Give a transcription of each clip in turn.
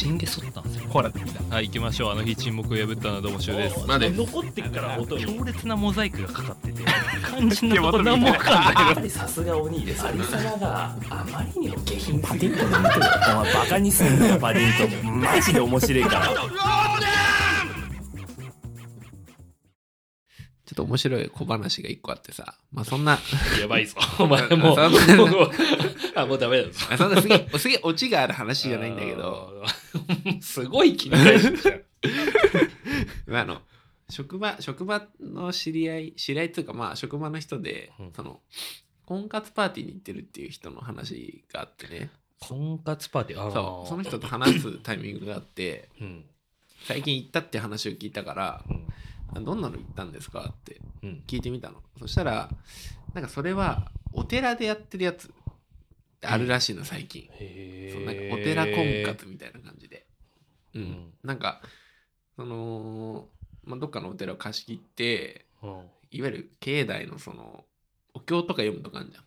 チンゲソったんですよ。 コーラってきた。 はい、行きましょう。あの日沈黙を破ったのはどうもしゅうです。 まで残ってっから強烈なモザイクがかかってて肝心なとこ何も分かんないけどさすが鬼です。アリサナがあまりにも下品。パディントンの見てる。お前バカにすんなよパディントン。マジで面白いから。 ちょっと面白い小話が一個あってさ、まあそんなやばいぞお前もうあ、もうダメだぞ。 そんなすげえオチがある話じゃないんだけど、 すごい切り返しじゃん。 職場の知り合いっていうか、まあ職場の人で、その婚活パーティーに行ってるっていう人の話があってね。 婚活パーティー、 そうその人と話すタイミングがあって、最近行ったって話を聞いたから、どんなの行ったんですかって聞いてみたの。そしたらなんかそれはお寺でやってるやつあるらしいの最近。そうなんかお寺婚活みたいな感じで、なんかその、まあ、どっかのお寺を貸し切って、いわゆる境内のそのお経とか読むとかあるじゃん。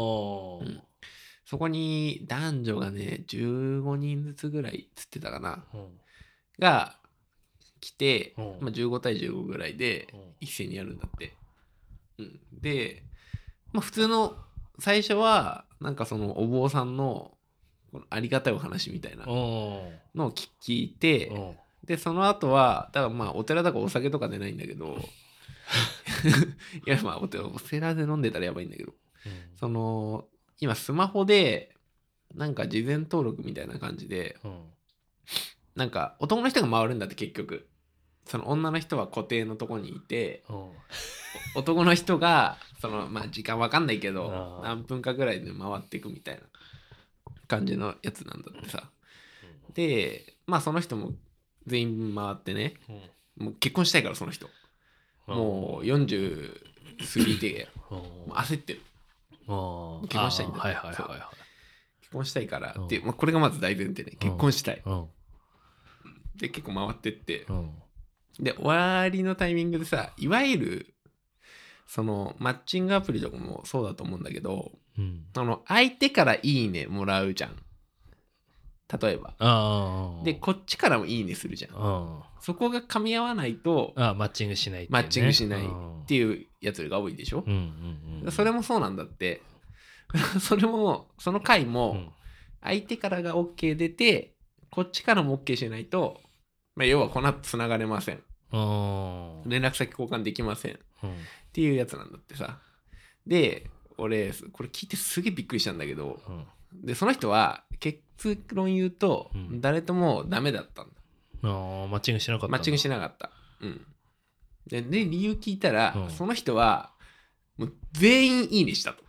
そこに男女がね15人ずつぐらいつってたかな、が来て、まあ、15対15ぐらいで一斉にやるんだって。で、まあ、普通の最初はなんかそのお坊さんのこのありがたいお話みたいなのを聞いて、でその後はだからまあお寺だからお酒とか出ないんだけどいやまあお寺で飲んでたらやばいんだけど、その今スマホでなんか事前登録みたいな感じで、なんか男の人が回るんだって。結局その女の人は固定のとこにいて、男の人がそのまあ時間わかんないけど何分かぐらいで回っていくみたいな感じのやつなんだってさ。でまあその人も全員回ってね、もう結婚したいからその人もう40過ぎて焦ってる。結婚したいんだ。結婚したいからっていう、まあ、これがまず大前提ね。結婚したい。で結構回ってって、で終わりのタイミングでさ、いわゆるそのマッチングアプリとかもそうだと思うんだけど、その相手からいいねもらうじゃん、例えば。でこっちからもいいねするじゃん。そこが噛み合わないとマッチングしないっていうね。 マッチングしないっていうやつが多いでしょ。それもそうなんだってそれもその回も相手からが OK 出てこっちからも OK しないと、まあ、要はこの後つながれません、連絡先交換できません、っていうやつなんだってさ。で俺これ聞いてすげえびっくりしたんだけど、でその人は結論言うと、誰ともダメだったんだ。 マッチングしなかった。 マッチングしなかった。で理由聞いたら、その人はもう全員いいねしたと。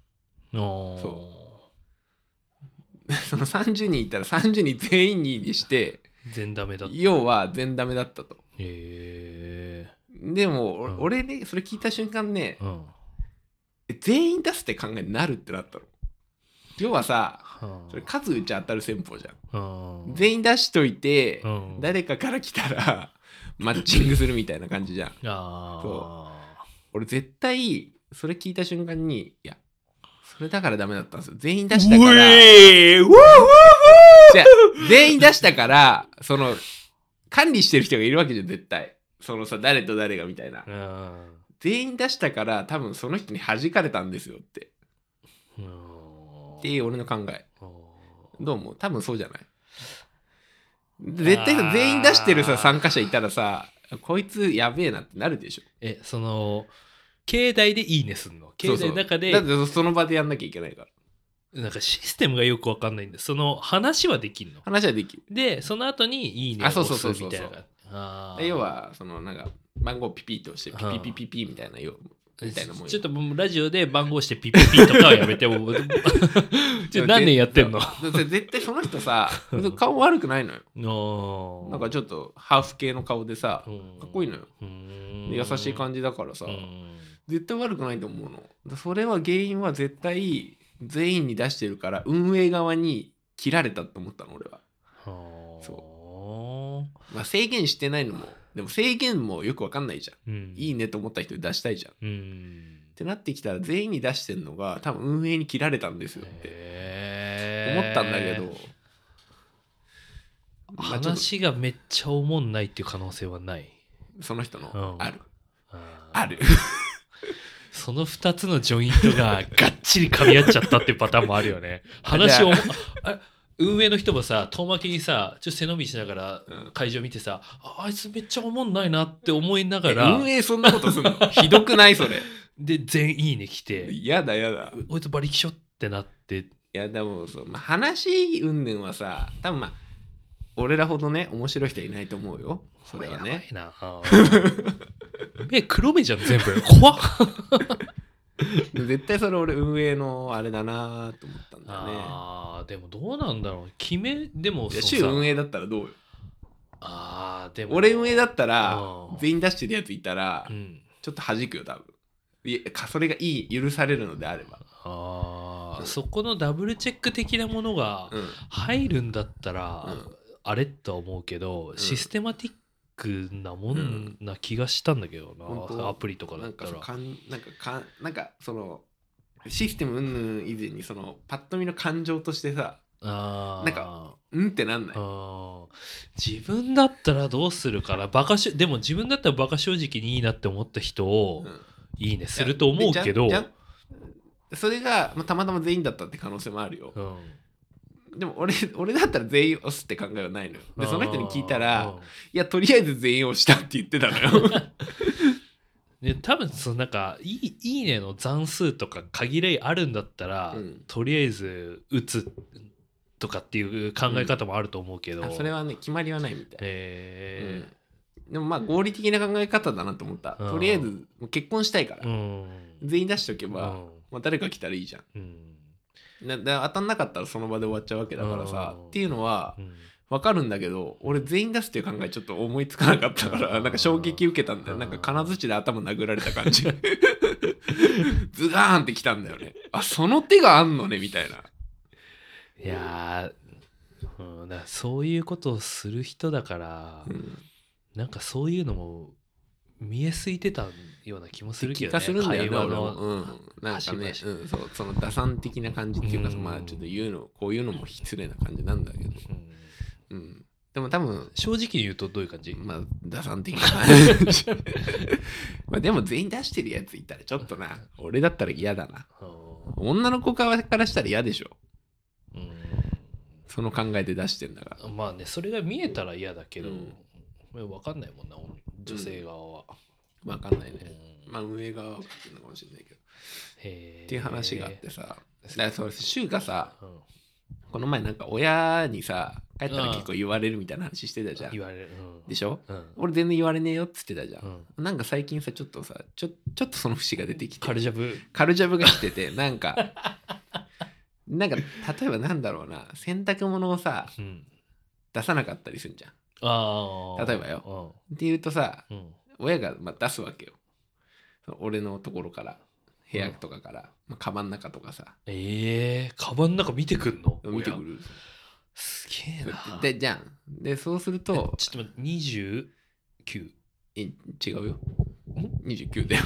その30人いたら30人全員にいいねして全ダメだった。 要は全ダメだったと。でも、俺ねそれ聞いた瞬間ね、全員出すって考えになるってなったの。要はさ、それ数打ち当たる戦法じゃん。全員出しといて、誰かから来たらマッチングするみたいな感じじゃん。そう俺絶対それ聞いた瞬間に、いやそれだからダメだったんですよ。全員出したからじゃ全員出したからその管理してる人がいるわけじゃん絶対。そのさ誰と誰がみたいな。全員出したから多分その人に弾かれたんですよってっていう俺の考え。どう思う？多分そうじゃない？絶対さ全員出してるさ参加者いたらさ、こいつやべえなってなるでしょ。 その境内でいいねすんの？境内の中で。 だってその場でやんなきゃいけないから。 なんかシステムがよくわかんないんで、その話はできるの？ 話はできる。 でその後にいいねを押すみたいな。要はそのなんか番号ピピッとしてピピピピピみたいなよみたいなもん。 ちょっともうラジオで番号してピピピとかはやめても何年やってんの？ 絶対その人さ顔悪くないのよ。なんかちょっとハーフ系の顔でさかっこいいのよ。優しい感じだからさ絶対悪くないと思うの。それは原因は絶対全員に出してるから運営側に切られたと思ったの俺は。そう、まあ、制限してないのもでも制限もよく分かんないじゃん、いいねと思った人に出したいじゃん、ってなってきたら全員に出してんのが多分運営に切られたんですよって思ったんだけど、 話がめっちゃおもんないっていう可能性はない。 その人の、 うん、 あるその2つのジョイントががっちり噛み合っちゃったっていうパターンもあるよね。話を運営の人もさ遠巻きにさちょっと背伸びしながら会場見てさ、あいつめっちゃおもんないなって思いながら運営そんなことすんのひどくないそれで全いいね来てやだおいつ馬力しょってなって、 いやでもそう、話云々はさ多分俺らほどね面白い人はいないと思うよ。それはね。 やばいな目黒目じゃん全部怖っ絶対それ俺運営のあれだなと思ったんだよね。 あでもどうなんだろうでも週運営だったらどうよ。 でも俺運営だったら全員出してるやついたら、ちょっと弾くよ多分。それが許されるのであれば。 そこのダブルチェック的なものが入るんだったら、あれとは思うけど、システマティックなもんな気がしたんだけどな、アプリとかだったらなんかそのシステム云々以前にそのパッと見の感情としてさなんかってなんない？ 自分だったらどうするかな。でも自分だったらバカ正直にいいなって思った人をいいねすると思うけど、 それがたまたま全員だったって可能性もあるよ。でも俺だったら全員押すって考えはないのよ。でその人に聞いたらいやとりあえず全員押したって言ってたのよで多分なんかいいねの残数とか限りあるんだったら、とりあえず打つとかっていう考え方もあると思うけど、 それはね決まりはないみたい。でも合理的な考え方だなと思った。とりあえず結婚したいから、全員出しとけば、誰か来たらいいじゃん。当たんなかったらその場で終わっちゃうわけだからさ、っていうのは分かるんだけど、俺全員出すっていう考えちょっと思いつかなかったからなんか衝撃受けたんだよ。なんか金槌で頭殴られた感じズガーンってきたんだよね。その手があんのねみたいな。 いやだそういうことをする人だから、なんかそういうのも見えすいてたような気もするけどね。 気がするんだよね。 会話のなんかね、その打算的な感じっていうか、ちょっとこういうのも失礼な感じなんだけど、でも多分正直に言うとどういう感じ？ 打算的な感じでも全員出してるやついたらちょっとな、俺だったら嫌だな。女の子からしたら嫌でしょ。その考えで出してんだから。 まあね、それが見えたら嫌だけど、分かんないもんな、女性側は。 分かんないね。運営側は分かってるのかもしれないけど。っていう話があってさ、だからそれ柊がさ、この前なんか親にさ帰ったら結構言われるみたいな話してたじゃん。 言われる、 でしょ、俺全然言われねえよっつってたじゃん。なんか最近さちょっとその節が出てきて、 カルジャブが来ててなんか例えばなんだろうな、洗濯物をさ、出さなかったりするじゃん。例えばよ、って言うとさ、親が出すわけよ。俺のところから部屋とかから、カバンの中とかさ。 カバンの中見てくんの？ 見てくる。 すげえな。 でじゃん。でそうするとちょっと待って、29？ 違うよ。29だよ。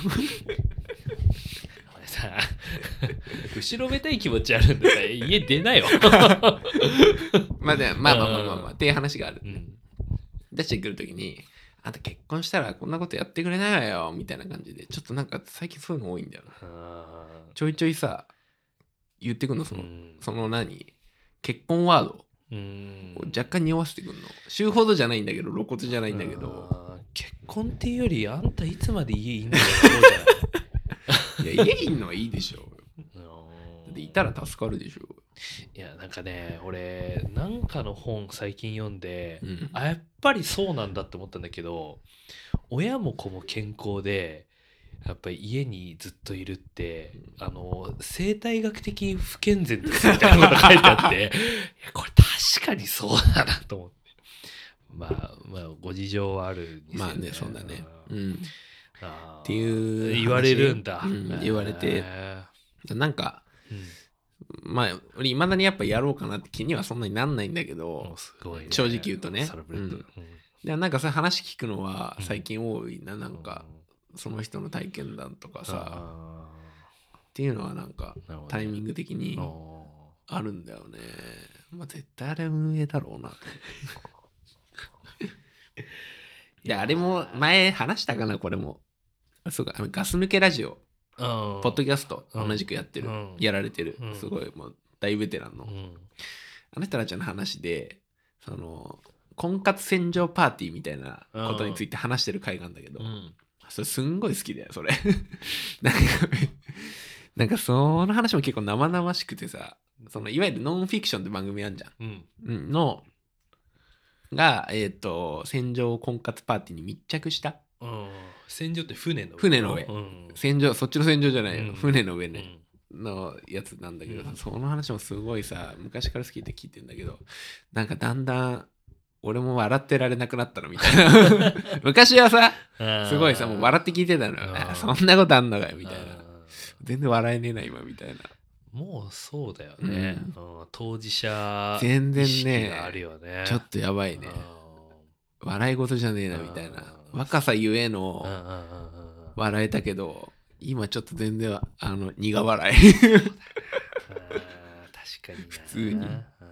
俺さ、後ろめたい気持ちあるんだから家出なよ。 まあっていう話がある。出してくるときに、あんた結婚したらこんなことやってくれないわよみたいな感じで、ちょっとなんか最近そういうの多いんだよな。ちょいちょいさ言ってくんの、その結婚ワードを若干匂わせてくんの。週ほどじゃないんだけど、露骨じゃないんだけど、 結婚っていうよりあんたいつまで家いんのよいや家いんのはいいでしょ。でいたら助かるでしょ。 いやなんかね、俺なんかの本最近読んで、やっぱりそうなんだって思ったんだけど、親も子も健康でやっぱり家にずっといるって生態学的に不健全ですみたいなこと書いてあっていやこれ確かにそうだなと思って、まあご事情はあるにせよね。 ね、そうだね。っていう言われるんだ。 言われて、なんか俺いまだにやっぱやろうかなって気にはそんなになんないんだけど、正直言うとね。でなんかそういう話聞くのは最近多いな。なんかその人の体験談とかさっていうのはなんかタイミング的にあるんだよね。絶対あれ運営だろうな。 であれも前話したかな、これも。そうか、ガス抜けラジオ、ポッドキャスト同じくやってる、やられてる、すごいもう大ベテランの、あの人たちの話で、その婚活洗浄パーティーみたいなことについて話してる回があるんだけど、それすんごい好きだよそれ。なんかその話も結構生々しくてさ、そのいわゆるノンフィクションって番組あるじゃん、のが洗浄婚活パーティーに密着した。 洗浄って船の上、洗浄、そっちの洗浄じゃないよ、船の上ね、のやつなんだけど、その話もすごいさ、昔から好きって聞いてんだけど、なんかだんだん俺も笑ってられなくなったのみたいな。昔はさすごいさもう笑って聞いてたのよ。そんなことあんのかよみたいな。全然笑えねえな今みたいな。 もうそうだよね、当事者全然意識があるよね。 ちょっとやばいね。笑い事じゃねえなみたいな。若さゆえの笑えたけど、今ちょっと全然苦笑い。 確かに普通に。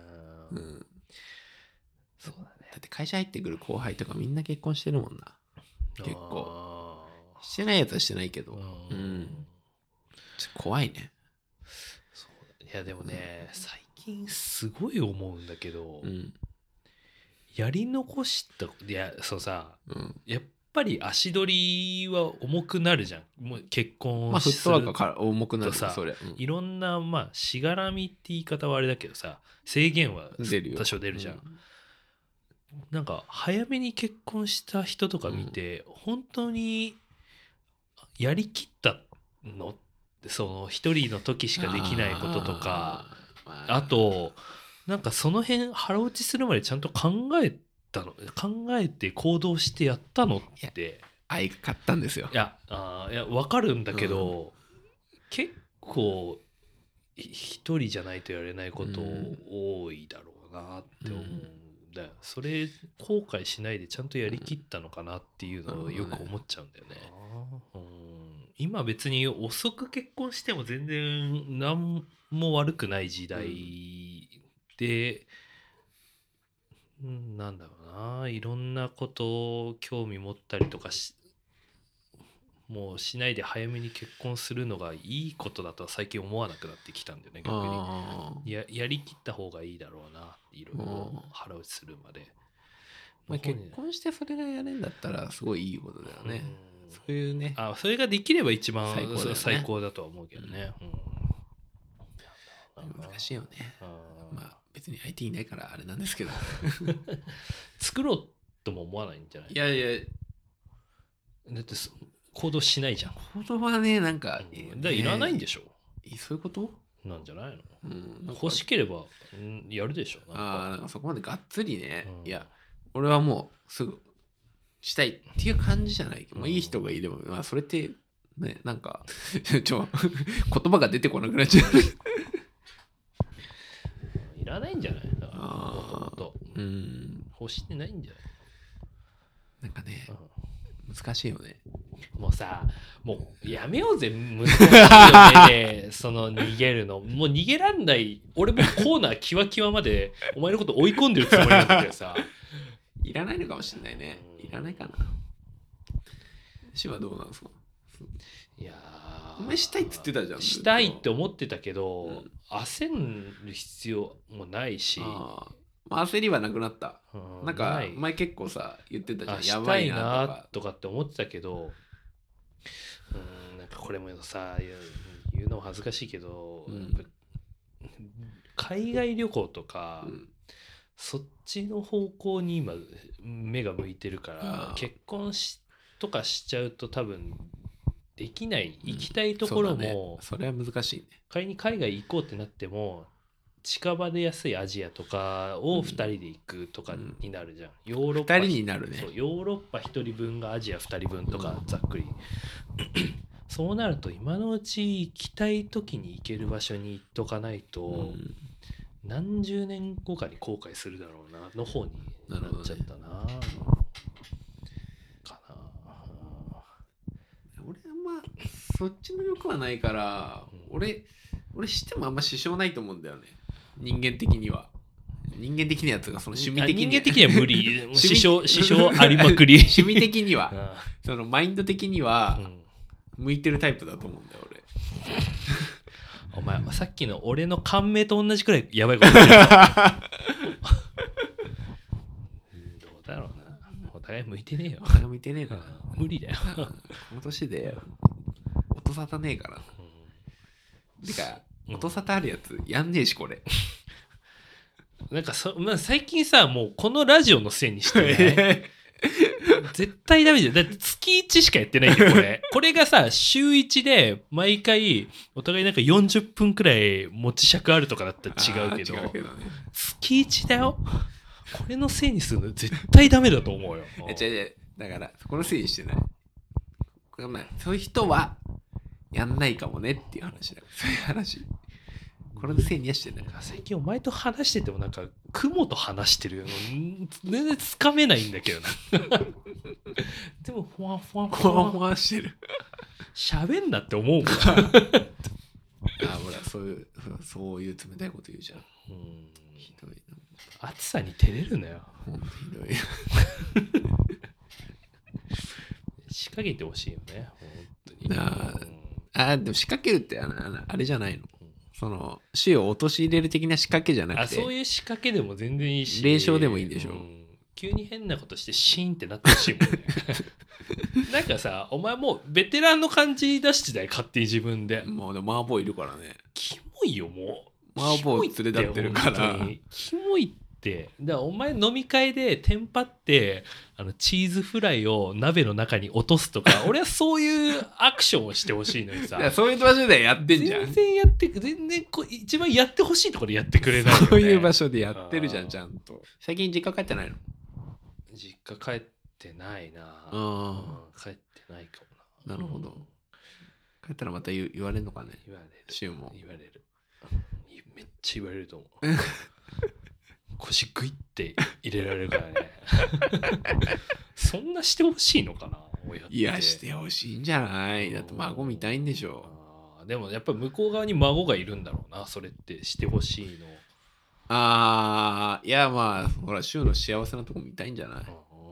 そうだね。だって会社入ってくる後輩とかみんな結婚してるもんな。結構。してないやつはしてないけど。ちょっと怖いね。 いやでもね、最近すごい思うんだけど、やり残したそうさ、やっぱり足取りは重くなるじゃん。もう結婚するフットワークから重くなるさ、 それ、 いろんなしがらみって言い方はあれだけどさ、制限は多少出るじゃん。なんか早めに結婚した人とか見て、本当にやりきったの、その一人の時しかできないこととか、あとなんかその辺腹落ちするまでちゃんと考えて行動してやったのって愛が買ったんですよ。 いや分かるんだけど、結構一人じゃないとやれないこと多いだろうなって思うんだよ。それ後悔しないでちゃんとやりきったのかなっていうのをよく思っちゃうんだよね。今別に遅く結婚しても全然何も悪くない時代で、なんだろうな、いろんなことを興味持ったりとかもうしないで早めに結婚するのがいいことだとは最近思わなくなってきたんだよね。逆にやりきった方がいいだろうなっていろいろ腹落ちするまで。 結婚してそれがやれんだったらすごいいいことだよね。そういうね。 それができれば一番最高だとは思うけどね。 難しいよね。別に相手いないからあれなんですけど。 作ろうとも思わないんじゃない？ いやいや。 だって行動しないじゃん。 行動はね、なんか、 いらないんでしょ。 そういうことなんじゃないの？欲しければやるでしょ。 なんかそこまでがっつりね。いや、俺はもうすぐしたいっていう感じじゃない。もういい人がいれば、それってね、なんか言葉が出てこなくなっちゃう。 いらないんじゃない？欲してないんじゃない？ なんかね、難しいよね。 もうさ、もうやめようぜ、息子の目でその逃げるの。もう逃げらんない。俺もコーナーキワキワまでお前のこと追い込んでるつもりなんだけどさ。 いらないのかもしれないね。いらないかな。死はどうなんですか？ いやお前したいって言ってたじゃん。 したいって思ってたけど、焦る必要もないし、 焦りはなくなった。なんか前結構さ言ってたじゃん。やばいなとかって思ってたけど、なんかこれもさ言うのも恥ずかしいけど、海外旅行とか、そっちの方向に今目が向いてるから、結婚とかしちゃうと多分できない。行きたいところも、 それは難しいね。 仮に海外行こうってなっても近場で安いアジアとかを2人で行くとかになるじゃん。ヨーロッパ 2人になるね。 そうヨーロッパ1人分がアジア2人分とか、ざっくりそうなると今のうち行きたい時に行ける場所に行っとかないと、何十年後かに後悔するだろうなの方になっちゃったな。かな。 俺はそっちの欲はないから、俺してもあんま支障ないと思うんだよね。人間的には。 人間的にはその趣味的に人間的には無理支障ありまくり趣味的にはそのマインド的には向いてるタイプだと思うんだよ俺。 お前さっきの俺の感銘と同じくらいやばいこと言ってるどうだろうな、お互い向いてねえよ。 お互い向いてねえから、 無理だよこの年で音沙汰ねえから、てか音沙汰あるやつやんねえしこれなんかまあ、最近さもうこのラジオのせいにしてね絶対ダメじゃん。だって月1しかやってないよこれがさ週1で毎回お互いなんか40分くらい持ち尺あるとかだったら違うけど、 ね、 月1だよ。これのせいにするの絶対ダメだと思うよ。 だからこのせいにしてない。そういう人はやんないかもねっていう話だ。そういう話。これのせいにはしてない。 最近お前と話しててもなんか雲と話してるよ。全然つかめないんだけどな。でもふわふわふわふわしてる。 喋んなって思うもん。ほらそういう冷たいこと言うじゃん。ひどいな。暑さに照れるなよ。 ほんとひどい。 仕掛けてほしいよね。 本当に。でも仕掛けるってあれじゃないの。その死を陥れる的な仕掛けじゃなくて、 そういう仕掛けでも全然いいし、 霊障でもいいんでしょ、 急に変なことしてシーンってなってほしいもんねなんかさお前もうベテランの感じ出してたよ勝手に自分で。 もう麻婆いるからね。 キモいよもう。 麻婆連れ立ってるからキモいって。だからお前飲み会でテンパってチーズフライを鍋の中に落とすとか俺はそういうアクションをしてほしいのにさそういう場所でやってんじゃん。 全然一番やってほしいところでやってくれないよね。 そういう場所でやってるじゃんちゃんと。最近実家帰ってないの？ 実家帰ってないな。帰ってないかもな。なるほど。帰ったらまた言われるのかね。 言われる。 シュウも言われる。めっちゃ言われると思う。腰グイって入れられるからねそんなしてほしいのかな親って。 いやしてほしいんじゃない。だって孫見たいんでしょ。 でもやっぱ向こう側に孫がいるんだろうな。それってしてほしいの。 いやまあほらシュウの幸せなとこ見たいんじゃない。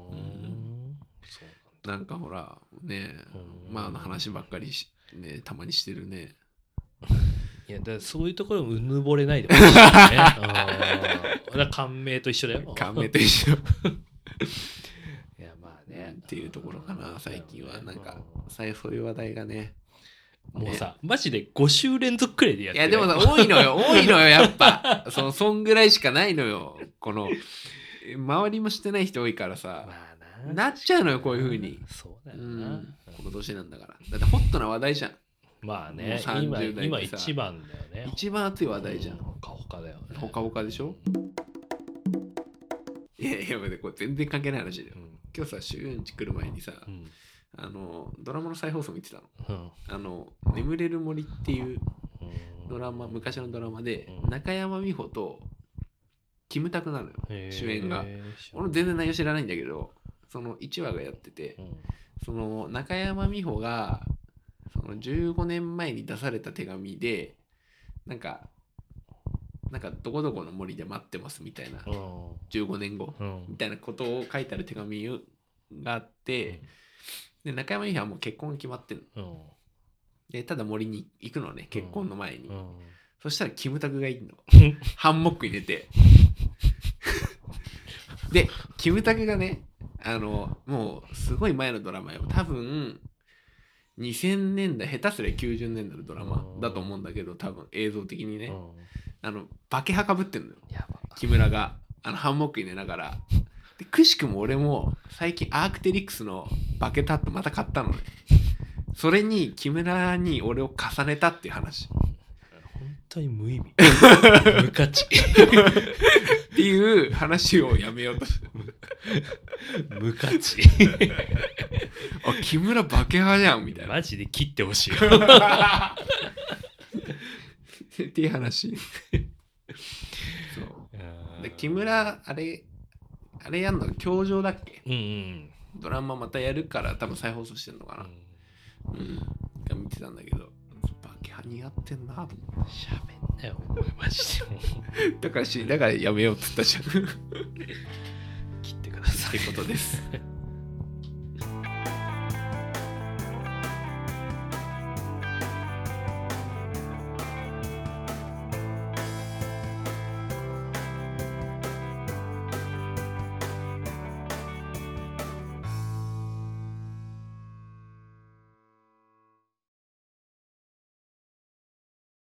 なんかほらねまあ話ばっかりねたまにしてるね。 いやだからそういうところもうぬぼれないでほしいよね。だ感銘と一緒だよ。 感銘と一緒。いやまあねっていうところかな最近は。なんかそういう話題がねもうさマジで5週連続くらいでやってる。 いやでもさ多いのよやっぱそんぐらいしかないのよ。この周りもしてない人多いからさ、なっちゃうのよこういう風に。 そうだよな、 この年なんだから。だってホットな話題じゃん。 まあね今一番だよね。 一番熱い話題じゃん。 ほかほかだよね。 ほかほかでしょ。いやこれ全然関係ない話だよ。今日さシュウンチ来る前にさ、ドラマの再放送見てたの。眠れる森っていうドラマ、昔のドラマで中山美穂とキムタクなのよ主演が。俺全然内容知らないんだけどその1話がやってて、その中山美穂がその15年前に出された手紙でなんかどこどこの森で待ってますみたいな、15年後みたいなことを書いてある手紙があって、で中山美穂はもう結婚が決まってるの、でただ森に行くのね結婚の前に、そしたらキムタクがいるのハンモックに寝てでキムタクがねもうすごい前のドラマよ。多分2000年代下手すりゃ90年代のドラマだと思うんだけど多分映像的にねバケハかぶってんのよ木村がハンモックに寝ながら。でくしくも俺も最近アークテリクスのバケタットまた買ったのね。それに木村に俺を重ねたっていう話。 本当に無意味無価値っていう話をやめようと無価値木村バケハじゃんみたいな。 マジで切ってほしいよっていう話そうで木村あれやんの教場だっけ、ドラマまたやるから多分再放送してんのかな、が見てたんだけどバケハ似合ってんなと思って喋んなよお前マジでだからやめようって言ったじゃん切ってくださいってことです